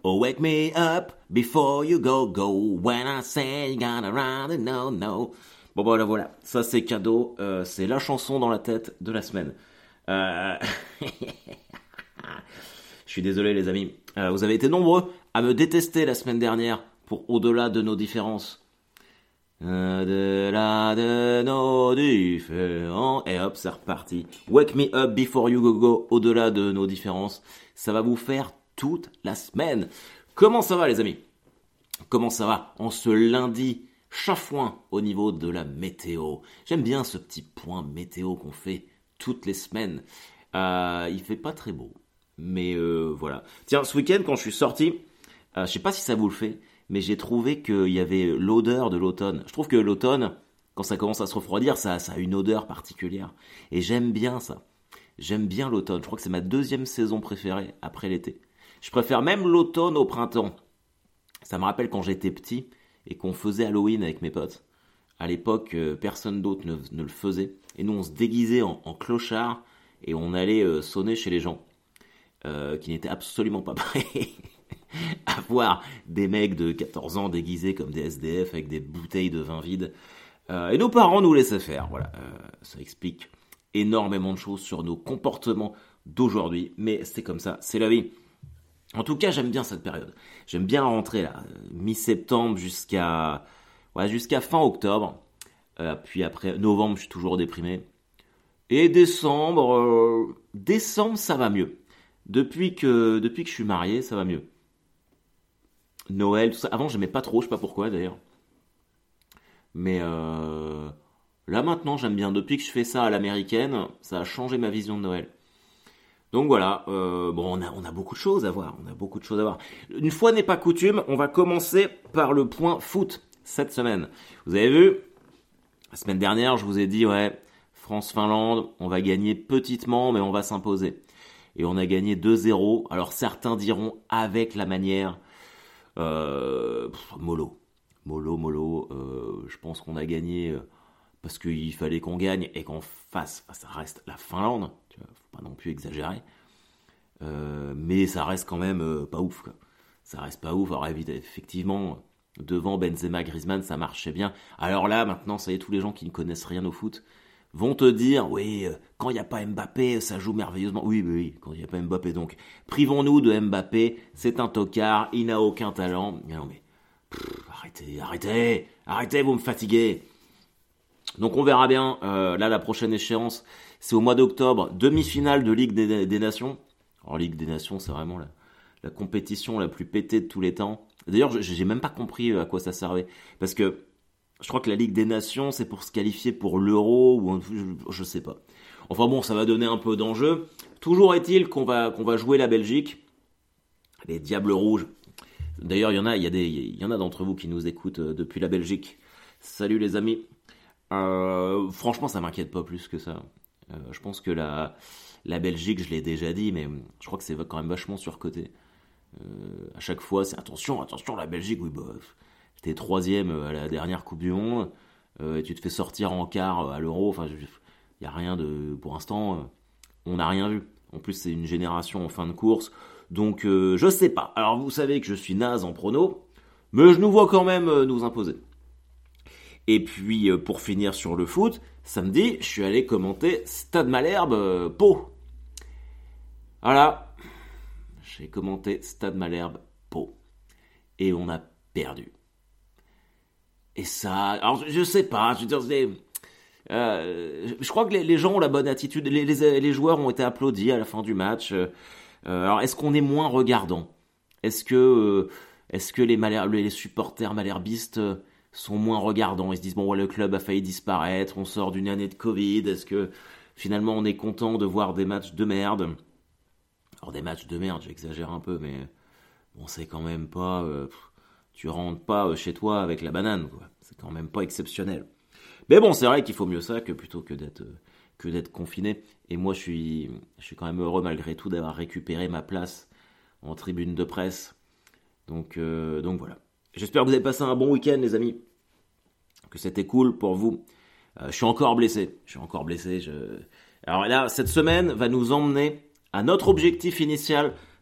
Oh, wake me up before you go. When I say you gotta run and no. Bon, voilà. Ça, c'est cadeau. C'est la chanson dans la tête de la semaine. Je suis désolé, les amis. Vous avez été nombreux à me détester la semaine dernière pour Au-delà de nos différences. Au-delà de nos différences. Et hop, c'est reparti. Wake me up before you go. Au-delà de nos différences. Ça va vous faire toute la semaine. Comment ça va, les amis? Comment ça va en ce lundi chafouin au niveau de la météo? J'aime bien ce petit point météo qu'on fait toutes les semaines. Il fait pas très beau, mais voilà. Tiens, ce week-end, quand je suis sorti, je sais pas si ça vous le fait, mais j'ai trouvé qu'il y avait l'odeur de l'automne. Je trouve que l'automne, quand ça commence à se refroidir, ça a une odeur particulière. Et j'aime bien ça. J'aime bien l'automne. Je crois que c'est ma deuxième saison préférée après l'été. Je préfère même l'automne au printemps. Ça me rappelle quand j'étais petit et qu'on faisait Halloween avec mes potes. À l'époque, personne d'autre ne le faisait. Et nous, on se déguisait en clochard et on allait sonner chez les gens qui n'étaient absolument pas prêts à voir des mecs de 14 ans déguisés comme des SDF avec des bouteilles de vin vide. Et nos parents nous laissaient faire. Voilà, ça explique énormément de choses sur nos comportements d'aujourd'hui. Mais c'est comme ça, c'est la vie. En tout cas, j'aime bien cette période. J'aime bien la rentrée là, mi-septembre jusqu'à fin octobre. Puis après novembre, je suis toujours déprimé. Et décembre, ça va mieux. Depuis que je suis marié, ça va mieux. Noël, tout ça. Avant, j'aimais pas trop, je sais pas pourquoi d'ailleurs. Mais là maintenant, j'aime bien. Depuis que je fais ça à l'américaine, ça a changé ma vision de Noël. Donc voilà, on a beaucoup de choses à voir. Une fois n'est pas coutume, on va commencer par le point foot cette semaine. Vous avez vu, la semaine dernière, je vous ai dit, ouais, France-Finlande, on va gagner petitement, mais on va s'imposer. Et on a gagné 2-0. Alors certains diront avec la manière, mollo. Je pense qu'on a gagné parce qu'il fallait qu'on gagne et qu'en face, ça reste la Finlande. Tu vois, faut pas non plus exagérer. Mais ça reste quand même pas ouf, quoi. Ça reste pas ouf. Alors effectivement, devant Benzema, Griezmann, ça marchait bien. Alors là, maintenant, ça y est, tous les gens qui ne connaissent rien au foot vont te dire, oui, quand il n'y a pas Mbappé, ça joue merveilleusement. Oui, quand il n'y a pas Mbappé, donc privons-nous de Mbappé, c'est un tocard, il n'a aucun talent. Non mais, arrêtez, vous me fatiguez. Donc on verra bien, là la prochaine échéance, c'est au mois d'octobre, demi-finale de Ligue des Nations. Alors Ligue des Nations, c'est vraiment la compétition la plus pétée de tous les temps. D'ailleurs, j'ai même pas compris à quoi ça servait, parce que je crois que la Ligue des Nations, c'est pour se qualifier pour l'Euro, ou je sais pas. Enfin bon, ça va donner un peu d'enjeu. Toujours est-il qu'on va jouer la Belgique, les Diables Rouges. D'ailleurs, il y en a d'entre vous qui nous écoutent depuis la Belgique. Salut les amis. Franchement, ça m'inquiète pas plus que ça. Je pense que la Belgique, je l'ai déjà dit, mais je crois que c'est quand même vachement surcoté. À chaque fois, c'est attention, la Belgique, oui, t'es troisième à la dernière Coupe du Monde, et tu te fais sortir en quart à l'Euro. Enfin, il y a rien de, pour l'instant, on n'a rien vu. En plus, c'est une génération en fin de course, donc je sais pas. Alors, vous savez que je suis naze en prono, mais je nous vois quand même nous imposer. Et puis, pour finir sur le foot, samedi, je suis allé commenter Stade Malherbe Pau. Voilà, j'ai commenté Stade Malherbe Pau. Et on a perdu. Et ça, alors je sais pas, je veux dire, je crois que les gens ont la bonne attitude, les joueurs ont été applaudis à la fin du match. Alors est-ce qu'on est moins regardant? Est-ce que les supporters malherbistes sont moins regardants? Ils se disent bon ouais, le club a failli disparaître, on sort d'une année de Covid, est-ce que finalement on est content de voir des matchs de merde? Alors des matchs de merde, j'exagère un peu, mais bon c'est quand même pas... tu rentres pas chez toi avec la banane, quoi. C'est quand même pas exceptionnel. Mais bon, c'est vrai qu'il faut mieux ça que plutôt que d'être confiné. Et moi, je suis quand même heureux malgré tout d'avoir récupéré ma place en tribune de presse. Donc voilà. J'espère que vous avez passé un bon week-end, les amis. Que c'était cool pour vous. Je suis encore blessé. Alors là, cette semaine va nous emmener à notre objectif initial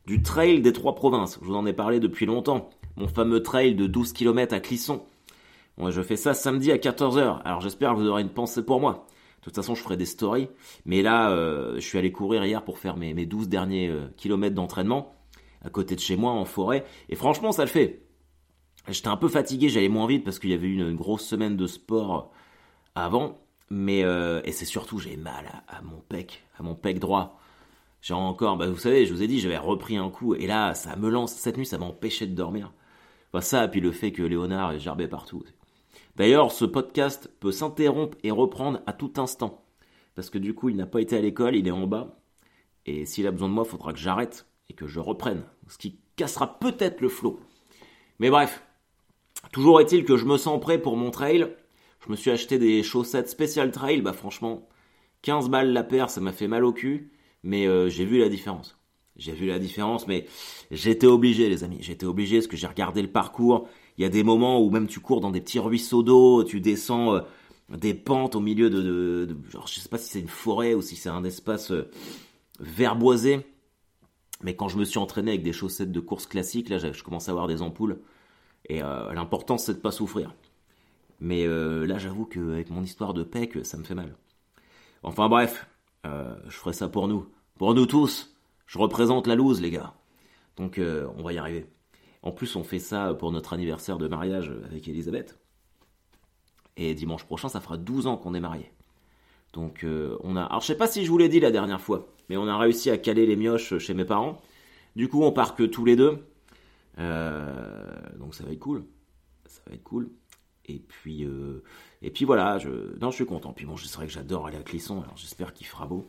du trail des 3 provinces. Je vous en ai parlé depuis longtemps. Mon fameux trail de 12 km à Clisson. Moi, je fais ça samedi à 14h. Alors j'espère que vous aurez une pensée pour moi. De toute façon, je ferai des stories. Mais là, je suis allé courir hier pour faire mes 12 derniers kilomètres d'entraînement à côté de chez moi, en forêt. Et franchement, ça le fait. J'étais un peu fatigué, j'allais moins vite parce qu'il y avait eu une grosse semaine de sport avant. Mais et c'est surtout, j'ai mal à mon pec droit. J'ai encore, vous savez, je vous ai dit, j'avais repris un coup. Et là, ça me lance. Cette nuit, ça m'a empêché de dormir. Enfin, ça, et puis le fait que Léonard est gerbé partout. D'ailleurs, ce podcast peut s'interrompre et reprendre à tout instant. Parce que du coup, il n'a pas été à l'école, il est en bas. Et s'il a besoin de moi, il faudra que j'arrête et que je reprenne. Ce qui cassera peut-être le flow. Mais bref, toujours est-il que je me sens prêt pour mon trail. Je me suis acheté des chaussettes spécial trail. Franchement, 15 balles la paire, ça m'a fait mal au cul. Mais j'ai vu la différence. Mais j'étais obligé, les amis. J'étais obligé parce que j'ai regardé le parcours. Il y a des moments où même tu cours dans des petits ruisseaux d'eau, tu descends des pentes au milieu de genre, je sais pas si c'est une forêt ou si c'est un espace verboisé. Mais quand je me suis entraîné avec des chaussettes de course classiques, là, je commençais à avoir des ampoules. Et l'important, c'est de pas souffrir. Mais là, j'avoue qu'avec mon histoire de pec, ça me fait mal. Enfin bref, je ferai ça pour nous. Pour nous tous. Je représente la loose, les gars. Donc, on va y arriver. En plus, on fait ça pour notre anniversaire de mariage avec Elisabeth. Et dimanche prochain, ça fera 12 ans qu'on est mariés. Donc, on a... Alors, je sais pas si je vous l'ai dit la dernière fois, mais on a réussi à caler les mioches chez mes parents. Du coup, on part que tous les deux. Donc, ça va être cool. Et puis voilà, je suis content. Puis bon, c'est vrai que j'adore aller à Clisson, alors j'espère qu'il fera beau.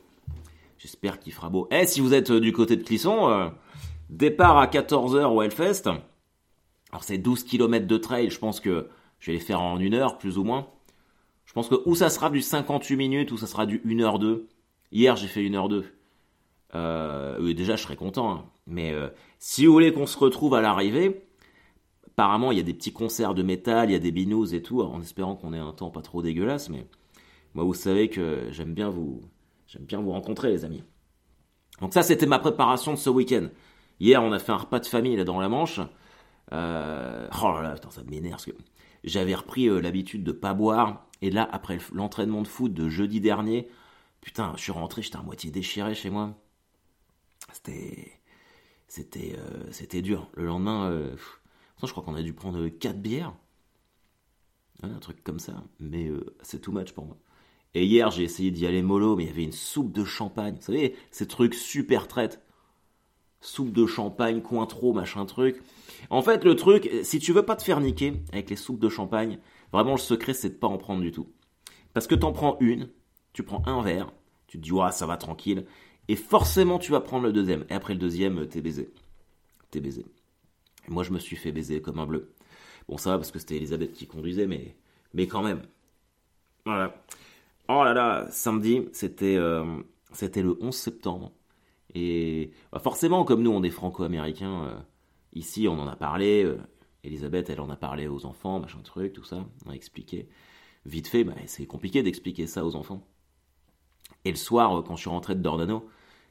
Si vous êtes du côté de Clisson, départ à 14h au Hellfest. Alors c'est 12 km de trail, je pense que je vais les faire en 1 heure, plus ou moins. Je pense que ou ça sera du 58 minutes, ou ça sera du 1h02. Hier, j'ai fait 1h02. Déjà, je serais content. Hein. Mais si vous voulez qu'on se retrouve à l'arrivée, apparemment, il y a des petits concerts de métal, il y a des binous et tout, en espérant qu'on ait un temps pas trop dégueulasse. Mais moi, vous savez que j'aime bien vous rencontrer, les amis. Donc ça, c'était ma préparation de ce week-end. Hier, on a fait un repas de famille là dans la Manche. Oh là là, putain, ça m'énerve parce que j'avais repris l'habitude de pas boire. Et là, après l'entraînement de foot de jeudi dernier, putain, je suis rentré, j'étais à moitié déchiré chez moi. C'était dur. Le lendemain, je crois qu'on a dû prendre 4 bières. Ouais, un truc comme ça. Mais c'est too much pour moi. Et hier, j'ai essayé d'y aller mollo, mais il y avait une soupe de champagne. Vous savez, ces trucs super traites. Soupe de champagne, Cointreau, machin truc. En fait, le truc, si tu veux pas te faire niquer avec les soupes de champagne, vraiment le secret, c'est de pas en prendre du tout. Parce que t'en prends une, tu prends un verre, tu te dis, ouais, ça va tranquille. Et forcément, tu vas prendre le deuxième. Et après le deuxième, t'es baisé. Et moi, je me suis fait baiser comme un bleu. Bon, ça va parce que c'était Elisabeth qui conduisait, mais quand même. Voilà. Oh là là, samedi, c'était le 11 septembre. Et forcément, comme nous, on est franco-américains, ici, on en a parlé. Elisabeth, elle en a parlé aux enfants, machin truc, tout ça. On a expliqué. Vite fait, c'est compliqué d'expliquer ça aux enfants. Et le soir, quand je suis rentré de Dornano,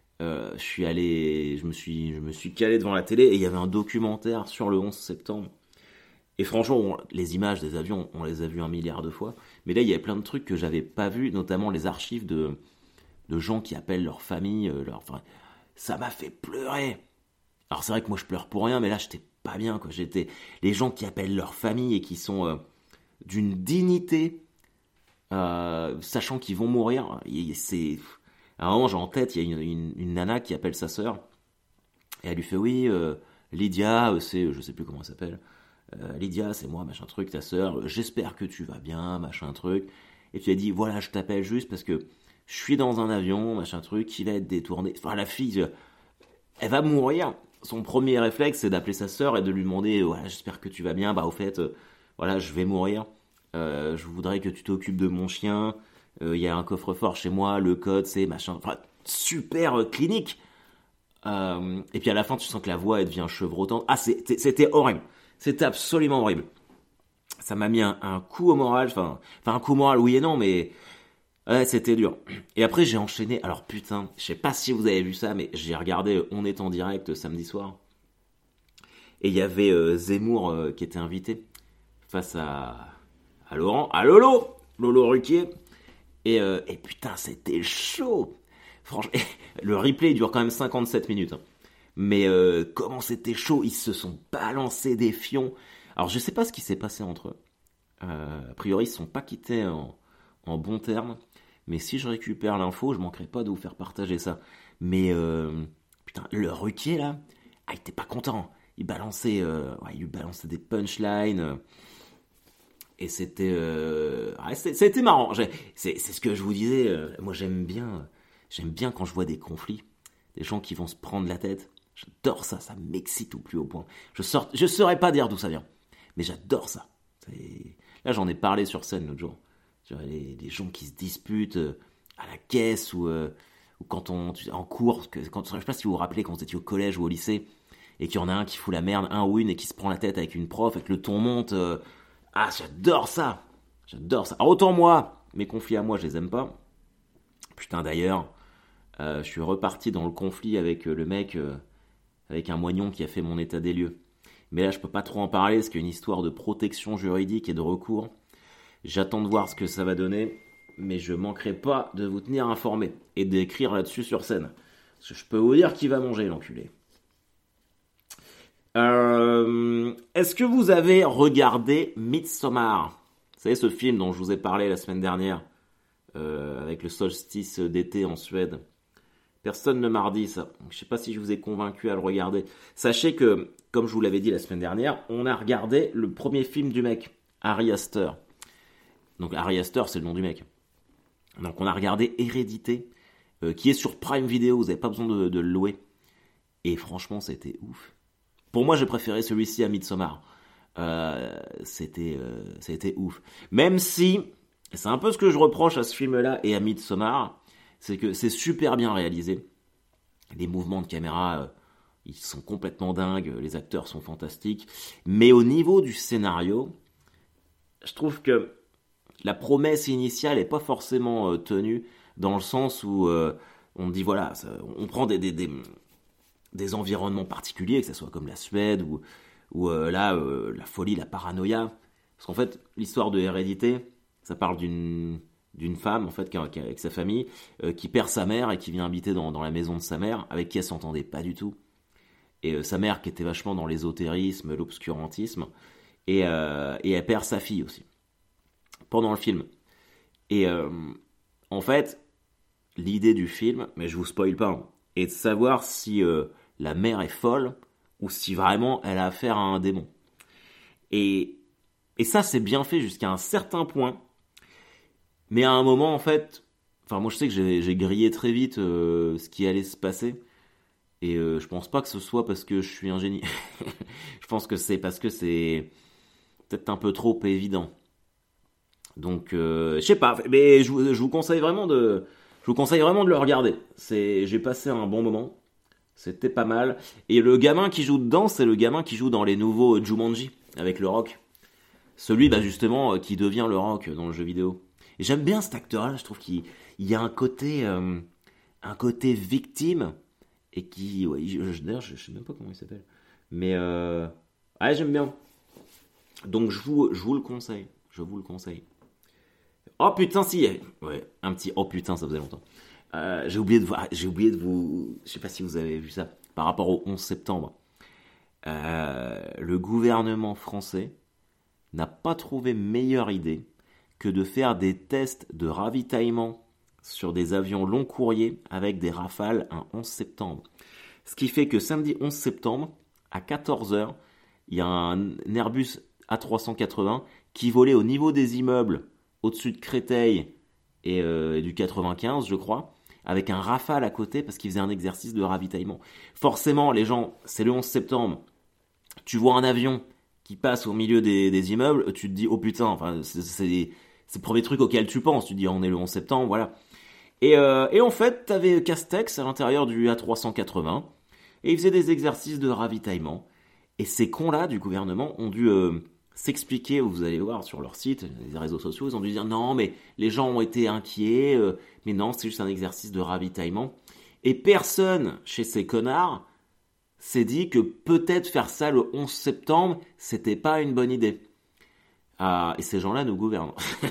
je me suis calé devant la télé et il y avait un documentaire sur le 11 septembre. Et franchement, les images des avions, on les a vues 1 milliard de fois. Mais là, il y avait plein de trucs que j'avais pas vus, notamment les archives de gens qui appellent leur famille. Ça m'a fait pleurer. Alors c'est vrai que moi, je pleure pour rien, mais là, j'étais pas bien. J'étais les gens qui appellent leur famille et qui sont d'une dignité, sachant qu'ils vont mourir. À un moment, j'ai en tête, il y a une nana qui appelle sa sœur. Et elle lui fait, oui, Lydia, je sais plus comment elle s'appelle. Lydia, c'est moi, machin truc, ta sœur, j'espère que tu vas bien, machin truc. Et puis elle dit, voilà, je t'appelle juste parce que je suis dans un avion, machin truc, qui va être détourné. Enfin, la fille, elle va mourir. Son premier réflexe, c'est d'appeler sa sœur et de lui demander, voilà, j'espère que tu vas bien. Au fait, voilà, je vais mourir. Je voudrais que tu t'occupes de mon chien. Il y a un coffre-fort chez moi, le code, c'est machin. Enfin, super clinique. Et puis à la fin, tu sens que la voix, elle devient chevrotante. Ah, c'était horrible. C'était absolument horrible. Ça m'a mis un coup au moral. Enfin, un coup au moral, oui et non, mais Ouais, c'était dur. Et après, j'ai enchaîné. Alors putain, je sais pas si vous avez vu ça, mais j'ai regardé On est en direct samedi soir. Et il y avait Zemmour qui était invité face à Laurent, à Lolo Ruquier. Et putain, c'était chaud. Franchement, le replay dure quand même 57 minutes, hein. Mais comment c'était chaud, ils se sont balancés des fions. Alors je sais pas ce qui s'est passé entre eux. A priori, ils se sont pas quittés en bons termes. Mais si je récupère l'info, je manquerai pas de vous faire partager ça. Mais putain, le Ruquier là, il était pas content. Il lui balançait des punchlines. Et c'était marrant. C'est ce que je vous disais. Moi, j'aime bien quand je vois des conflits, des gens qui vont se prendre la tête. J'adore ça, ça m'excite au plus haut point. Je saurais pas dire d'où ça vient, mais j'adore ça. Là, j'en ai parlé sur scène l'autre jour. Les gens qui se disputent à la caisse ou quand en cours. Je sais pas si vous vous rappelez quand vous étiez au collège ou au lycée et qu'il y en a un qui fout la merde, un ou une, et qui se prend la tête avec une prof et que le ton monte. J'adore ça. J'adore ça. Alors, autant moi, mes conflits à moi, je les aime pas. Putain, d'ailleurs, je suis reparti dans le conflit avec le mec, avec un moignon qui a fait mon état des lieux. Mais là, je peux pas trop en parler parce qu'il y a une histoire de protection juridique et de recours. J'attends de voir ce que ça va donner, mais je manquerai pas de vous tenir informé et d'écrire là-dessus sur scène. Parce que je peux vous dire qui va manger, l'enculé. Est-ce que vous avez regardé Midsommar? Vous savez, ce film dont je vous ai parlé la semaine dernière, avec le solstice d'été en Suède. Personne ne m'a dit ça. Je ne sais pas si je vous ai convaincu à le regarder. Sachez que, comme je vous l'avais dit la semaine dernière, on a regardé le premier film du mec, Ari Aster. Donc Ari Aster, c'est le nom du mec. Donc on a regardé Hérédité, qui est sur Prime Video, vous n'avez pas besoin de le louer. Et franchement, c'était ouf. Pour moi, j'ai préféré celui-ci à Midsommar. C'était ouf. Même si, c'est un peu ce que je reproche à ce film-là et à Midsommar, c'est que c'est super bien réalisé. Les mouvements de caméra, ils sont complètement dingues, les acteurs sont fantastiques. Mais au niveau du scénario, je trouve que la promesse initiale n'est pas forcément tenue, dans le sens où on dit voilà, on prend des environnements particuliers, que ce soit comme la Suède ou la folie, la paranoïa. Parce qu'en fait, l'histoire de Hérédité, ça parle d'une femme en fait qui avec sa famille qui perd sa mère et qui vient habiter dans la maison de sa mère, avec qui elle s'entendait pas du tout. Et sa mère qui était vachement dans l'ésotérisme, l'obscurantisme, et elle perd sa fille aussi pendant le film. Et en fait, l'idée du film, mais je vous spoil pas, hein, est de savoir si la mère est folle ou si vraiment elle a affaire à un démon. Et ça, c'est bien fait jusqu'à un certain point. Mais à un moment, en fait, enfin, moi je sais que j'ai grillé très vite ce qui allait se passer. Et je pense pas que ce soit parce que je suis un génie. Je pense que c'est parce que c'est peut-être un peu trop évident. Donc, je sais pas. Mais je vous conseille vraiment je vous conseille vraiment de le regarder. J'ai passé un bon moment. C'était pas mal. Et le gamin qui joue dedans, c'est le gamin qui joue dans les nouveaux Jumanji avec le rock. Celui, bah justement, qui devient le rock dans le jeu vidéo. Et j'aime bien cet acteur-là. Je trouve qu'il y a un côté victime et qui, ouais, d'ailleurs, je sais même pas comment il s'appelle. Mais ouais, j'aime bien. Donc je vous le conseille. Je vous le conseille. Oh putain, si, ouais, un petit oh putain, ça faisait longtemps. J'ai oublié de vous, je sais pas si vous avez vu ça, par rapport au 11 septembre. Le gouvernement français n'a pas trouvé meilleure idée que de faire des tests de ravitaillement sur des avions long courriers avec des Rafales un 11 septembre. Ce qui fait que samedi 11 septembre, à 14h, il y a un Airbus A380 qui volait au niveau des immeubles au-dessus de Créteil et du 95, je crois, avec un Rafale à côté parce qu'il faisait un exercice de ravitaillement. Forcément, les gens, c'est le 11 septembre, tu vois un avion qui passe au milieu des immeubles, tu te dis, oh putain, enfin, c'est le premier truc auquel tu penses, tu te dis, on est le 11 septembre, voilà. Et en fait, t'avais Castex à l'intérieur du A380, et il faisait des exercices de ravitaillement. Et ces cons-là du gouvernement ont dû s'expliquer, vous allez voir sur leur site, les réseaux sociaux, ils ont dû dire non, mais les gens ont été inquiets, mais non, c'est juste un exercice de ravitaillement. Et personne chez ces connards s'est dit que peut-être faire ça le 11 septembre, c'était pas une bonne idée. Ah, et ces gens-là nous gouvernent.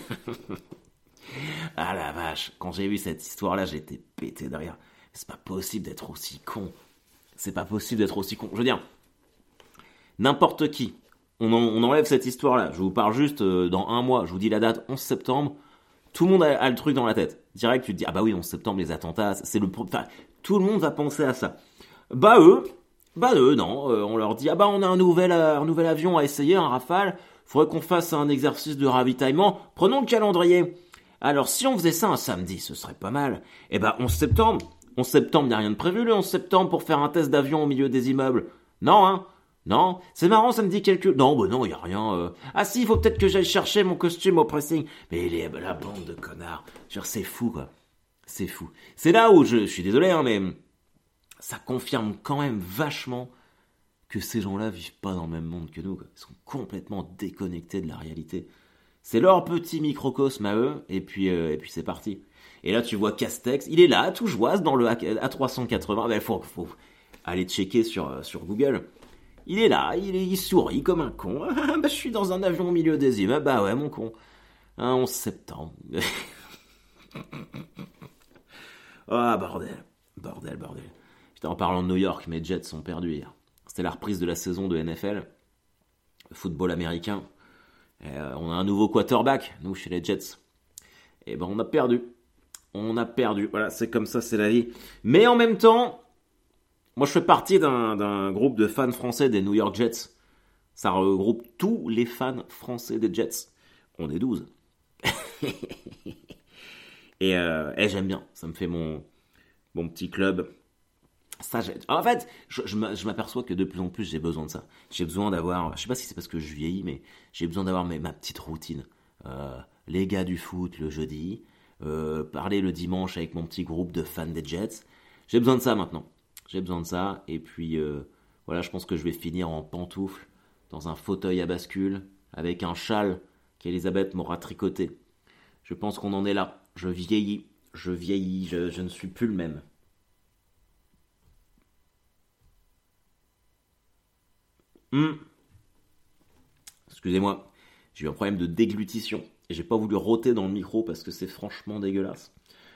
Ah la vache, quand j'ai vu cette histoire-là, j'étais pété de rire. C'est pas possible d'être aussi con. C'est pas possible d'être aussi con. Je veux dire, n'importe qui, on enlève cette histoire-là. Je vous parle juste dans un mois, je vous dis la date, 11 septembre. Tout le monde a le truc dans la tête. Direct, tu te dis, ah bah oui, 11 septembre, les attentats, c'est le... Enfin, tout le monde va penser à ça. Bah eux, non. On leur dit, ah bah on a un nouvel avion à essayer, un Rafale. Faudrait qu'on fasse un exercice de ravitaillement. Prenons le calendrier. Alors, si on faisait ça un samedi, ce serait pas mal. Eh ben, 11 septembre. 11 septembre, il n'y a rien de prévu le 11 septembre pour faire un test d'avion au milieu des immeubles. Non, hein? Non, c'est marrant, ça me dit quelque... Non, bah non, il n'y a rien. Ah si, il faut peut-être que j'aille chercher mon costume au pressing. Mais la bande de connards. Genre, c'est fou, quoi. C'est fou. C'est là où je suis désolé, hein, mais ça confirme quand même vachement que ces gens-là vivent pas dans le même monde que nous, quoi. Ils sont complètement déconnectés de la réalité. C'est leur petit microcosme à eux, et puis c'est parti. Et là, tu vois Castex, il est là, tout joie dans le A380. Ben, faut aller checker sur Google. Il est là, il sourit comme un con. Ah, bah, je suis dans un avion au milieu des immeubles. Bah ouais, mon con. Un 11 septembre. Ah, bordel. Bordel. Putain, en parlant de New York, mes Jets sont perdus hier. C'était la reprise de la saison de NFL, le football américain. Et, on a un nouveau quarterback, nous, chez les Jets. Et ben, on a perdu. Voilà, c'est comme ça, c'est la vie. Mais en même temps, moi, je fais partie d'un groupe de fans français des New York Jets. Ça regroupe tous les fans français des Jets. On est 12. et j'aime bien. Ça me fait mon petit club. Ça, en fait, je m'aperçois que de plus en plus, j'ai besoin de ça. J'ai besoin d'avoir... Je sais pas si c'est parce que je vieillis, mais j'ai besoin d'avoir ma petite routine. Les gars du foot le jeudi. Parler le dimanche avec mon petit groupe de fans des Jets. J'ai besoin de ça maintenant. J'ai besoin de ça. Et puis, voilà, je pense que je vais finir en pantoufle, dans un fauteuil à bascule, avec un châle qu'Elisabeth m'aura tricoté. Je pense qu'on en est là. Je vieillis, je ne suis plus le même. Excusez-moi, j'ai eu un problème de déglutition et j'ai pas voulu rôter dans le micro parce que c'est franchement dégueulasse.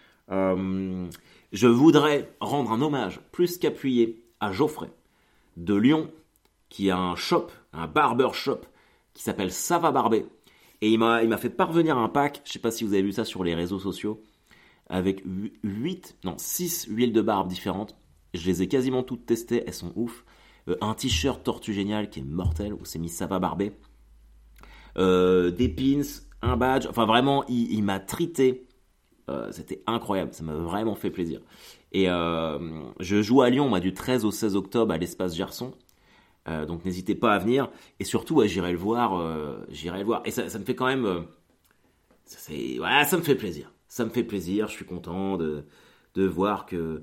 Je voudrais rendre un hommage plus qu'appuyé à Geoffrey de Lyon qui a un barber shop qui s'appelle Ça va barber et il m'a fait parvenir un pack, je sais pas si vous avez vu ça sur les réseaux sociaux, avec 6 huiles de barbe différentes. Je les ai quasiment toutes testées, elles sont ouf. Un t-shirt Tortue Géniale qui est mortel, où c'est mis Ça va barber. Des pins, un badge, enfin vraiment, il m'a trité. C'était incroyable, ça m'a vraiment fait plaisir. Et je joue à Lyon, moi, du 13 au 16 octobre à l'Espace Gerson. Donc n'hésitez pas à venir. Et surtout, j'irai le voir. Et ça me fait quand même... ça me fait plaisir. Ça me fait plaisir, je suis content de voir que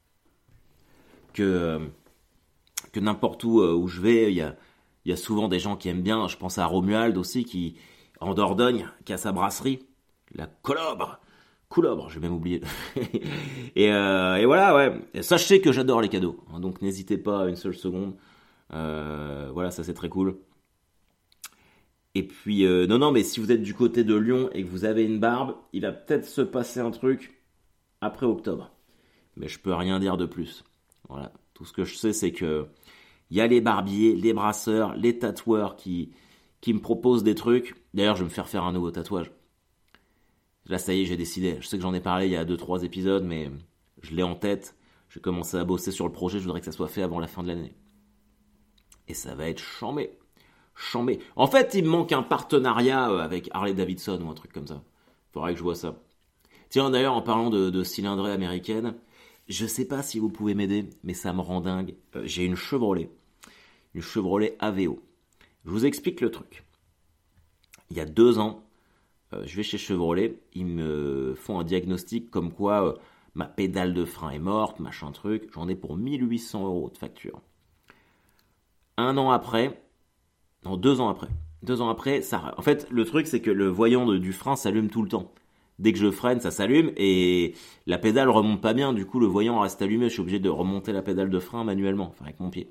n'importe où je vais, il y a souvent des gens qui aiment bien. Je pense à Romuald aussi, en Dordogne, qui a sa brasserie, la Coulobre, j'ai même oublié. et voilà, ouais. Et sachez que j'adore les cadeaux, hein, donc n'hésitez pas une seule seconde. Voilà, ça c'est très cool. Et puis, non, mais si vous êtes du côté de Lyon et que vous avez une barbe, il va peut-être se passer un truc après octobre. Mais je peux rien dire de plus. Voilà. Tout ce que je sais, c'est que il y a les barbiers, les brasseurs, les tatoueurs qui me proposent des trucs. D'ailleurs, je vais me faire un nouveau tatouage. Là, ça y est, j'ai décidé. Je sais que j'en ai parlé il y a 2-3 épisodes, mais je l'ai en tête. Je vais commencer à bosser sur le projet. Je voudrais que ça soit fait avant la fin de l'année. Et ça va être chambé. En fait, il me manque un partenariat avec Harley Davidson ou un truc comme ça. Faudrait que je vois ça. Tiens, d'ailleurs, en parlant de cylindrée américaine, je sais pas si vous pouvez m'aider, mais ça me rend dingue. J'ai une Chevrolet Aveo. Je vous explique le truc. Il y a 2 ans, je vais chez Chevrolet, ils me font un diagnostic comme quoi ma pédale de frein est morte, machin truc. J'en ai pour 1 800 € de facture. 2 ans après, 2 ans après, ça... En fait, le truc, c'est que le voyant du frein s'allume tout le temps. Dès que je freine, ça s'allume et la pédale remonte pas bien. Du coup, le voyant reste allumé. Je suis obligé de remonter la pédale de frein manuellement, enfin avec mon pied.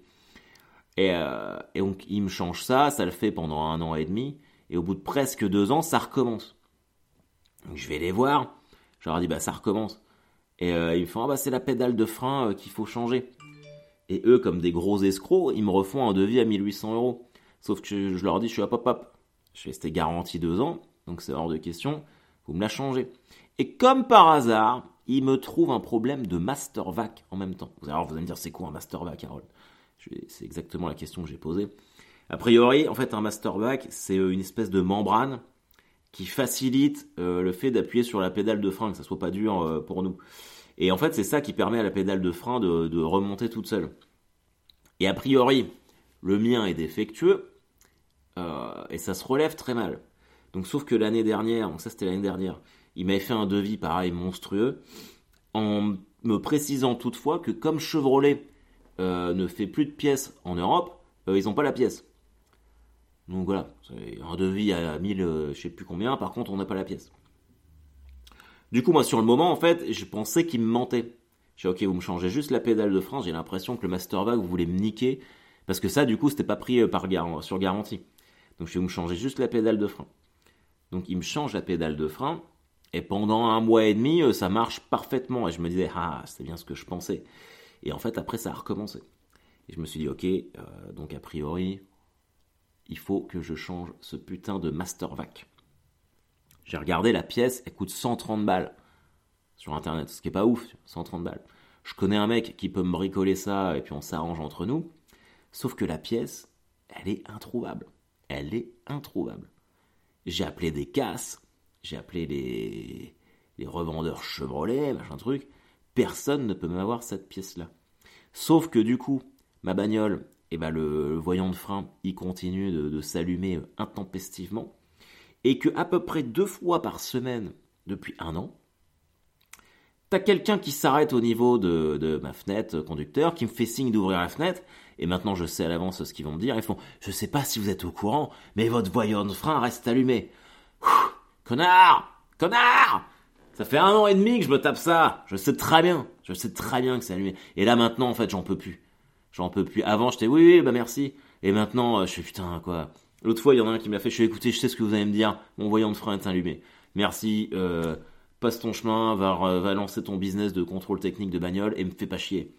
Et donc, il me change ça. Ça le fait pendant 1 an et demi. Et au bout de presque 2 ans, ça recommence. Donc, je vais les voir. Je leur dis, bah ça recommence. Et ils me font, ah bah c'est la pédale de frein qu'il faut changer. Et eux, comme des gros escrocs, ils me refont un devis à 1 800 €. Sauf que je leur dis, je suis hop hop hop. Je fais, c'était garanti 2 ans, donc c'est hors de question. Vous me la changez. Et comme par hasard, ils me trouvent un problème de master vac en même temps. Alors vous allez me dire, c'est quoi un master vac, Harold? C'est exactement la question que j'ai posée. A priori, en fait, un master vac, c'est une espèce de membrane qui facilite le fait d'appuyer sur la pédale de frein, que ça soit pas dur pour nous. Et en fait, c'est ça qui permet à la pédale de frein de remonter toute seule. Et a priori, le mien est défectueux et ça se relève très mal. Donc, sauf que l'année dernière, donc ça c'était l'année dernière, il m'avait fait un devis pareil monstrueux en me précisant toutefois que comme Chevrolet ne fait plus de pièces en Europe, ils n'ont pas la pièce. Donc voilà, c'est un devis à 1000, je sais plus combien, par contre on n'a pas la pièce. Du coup, moi, sur le moment, en fait, je pensais qu'il me mentait. Je dis, ok, vous me changez juste la pédale de frein, j'ai l'impression que le Master Vac, vous voulez me niquer, parce que ça, du coup, c'était pas pris sur garantie. Donc, je dis, vous me changez juste la pédale de frein. Donc, il me change la pédale de frein, et pendant 1 mois et demi, ça marche parfaitement. Et je me disais, ah, c'est bien ce que je pensais. Et en fait, après, ça a recommencé. Et je me suis dit, ok, donc a priori, il faut que je change ce putain de Master Vac. J'ai regardé, la pièce, elle coûte 130 balles sur internet, ce qui est pas ouf, 130 balles. Je connais un mec qui peut me bricoler ça et puis on s'arrange entre nous. Sauf que la pièce, elle est introuvable. Elle est introuvable. J'ai appelé des casses, j'ai appelé les revendeurs Chevrolet, machin truc. Personne ne peut m'avoir cette pièce-là. Sauf que du coup, ma bagnole, le voyant de frein, il continue de s'allumer intempestivement. Et que à peu près 2 fois par semaine, depuis 1 an, t'as quelqu'un qui s'arrête au niveau de ma fenêtre conducteur, qui me fait signe d'ouvrir la fenêtre, et maintenant je sais à l'avance ce qu'ils vont me dire. Ils font, je sais pas si vous êtes au courant, mais votre voyant de frein reste allumé. Connard! Connard! Ça fait 1 an et demi que je me tape ça. Je sais très bien que c'est allumé. Et là maintenant, en fait, j'en peux plus. Avant, j'étais, oui, bah merci. Et maintenant, je fais, putain, quoi. L'autre fois, il y en a un qui m'a fait, je suis écoutez, je sais ce que vous allez me dire, mon voyant de frein est allumé. Merci, passe ton chemin, va lancer ton business de contrôle technique de bagnole et me fais pas chier.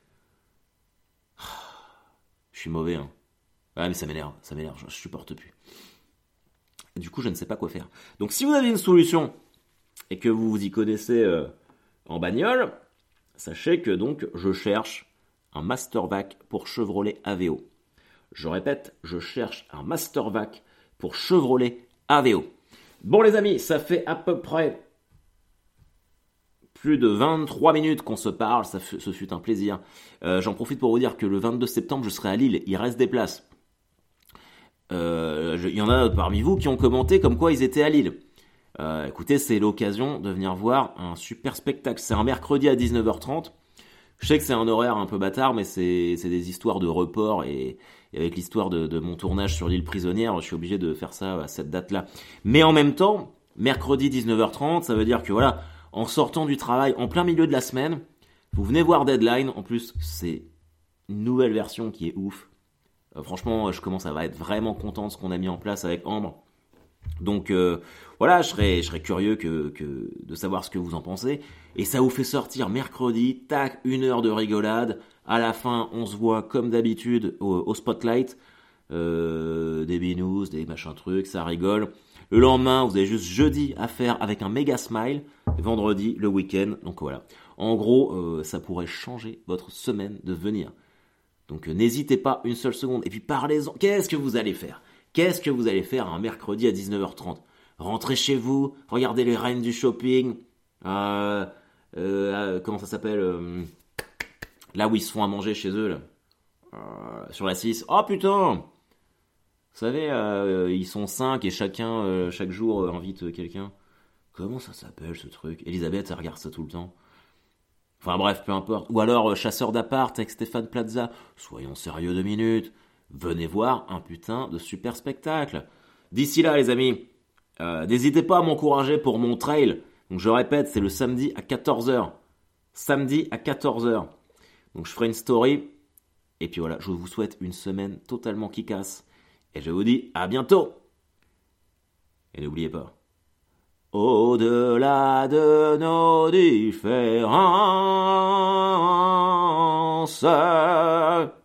Je suis mauvais, hein. Ouais, mais ça m'énerve, je supporte plus. Du coup, je ne sais pas quoi faire. Donc, si vous avez une solution et que vous vous y connaissez en bagnole, sachez que donc, je cherche un Master Vac pour Chevrolet Aveo. Je répète, je cherche un Master Vac pour Chevrolet Aveo. Bon les amis, ça fait à peu près plus de 23 minutes qu'on se parle, ce fut un plaisir. J'en profite pour vous dire que le 22 septembre, je serai à Lille, il reste des places. Il y en a parmi vous qui ont commenté comme quoi ils étaient à Lille. Écoutez, c'est l'occasion de venir voir un super spectacle. C'est un mercredi à 19h30. Je sais que c'est un horaire un peu bâtard, mais c'est des histoires de report et avec l'histoire de mon tournage sur l'île prisonnière, je suis obligé de faire ça à cette date-là. Mais en même temps, mercredi 19h30, ça veut dire que voilà, en sortant du travail, en plein milieu de la semaine, vous venez voir Deadline. En plus, c'est une nouvelle version qui est ouf. Franchement, je commence à être vraiment content de ce qu'on a mis en place avec Ambre. Donc voilà, je serais curieux de savoir ce que vous en pensez. Et ça vous fait sortir mercredi, tac, 1 heure de rigolade. À la fin, on se voit comme d'habitude au Spotlight. Des binous, des machins trucs, ça rigole. Le lendemain, vous avez juste jeudi à faire avec un méga smile. Et vendredi, le week-end. Donc voilà. En gros, ça pourrait changer votre semaine de venir. Donc n'hésitez pas une seule seconde. Et puis parlez-en. Qu'est-ce que vous allez faire un mercredi à 19h30? Rentrez chez vous, regardez les reines du shopping. Comment ça s'appelle là où ils se font à manger chez eux là. Sur la 6. Oh putain! Vous savez, ils sont 5 et chacun, chaque jour, invite quelqu'un. Comment ça s'appelle ce truc? Elisabeth, elle regarde ça tout le temps. Enfin bref, peu importe. Ou alors Chasseur d'appart avec Stéphane Plaza. Soyons sérieux 2 minutes. Venez voir un putain de super spectacle. D'ici là, les amis, n'hésitez pas à m'encourager pour mon trail. Donc je répète, c'est le samedi à 14h. Samedi à 14h. Donc je ferai une story. Et puis voilà, je vous souhaite une semaine totalement kickass. Et je vous dis à bientôt. Et n'oubliez pas, au-delà de nos différences,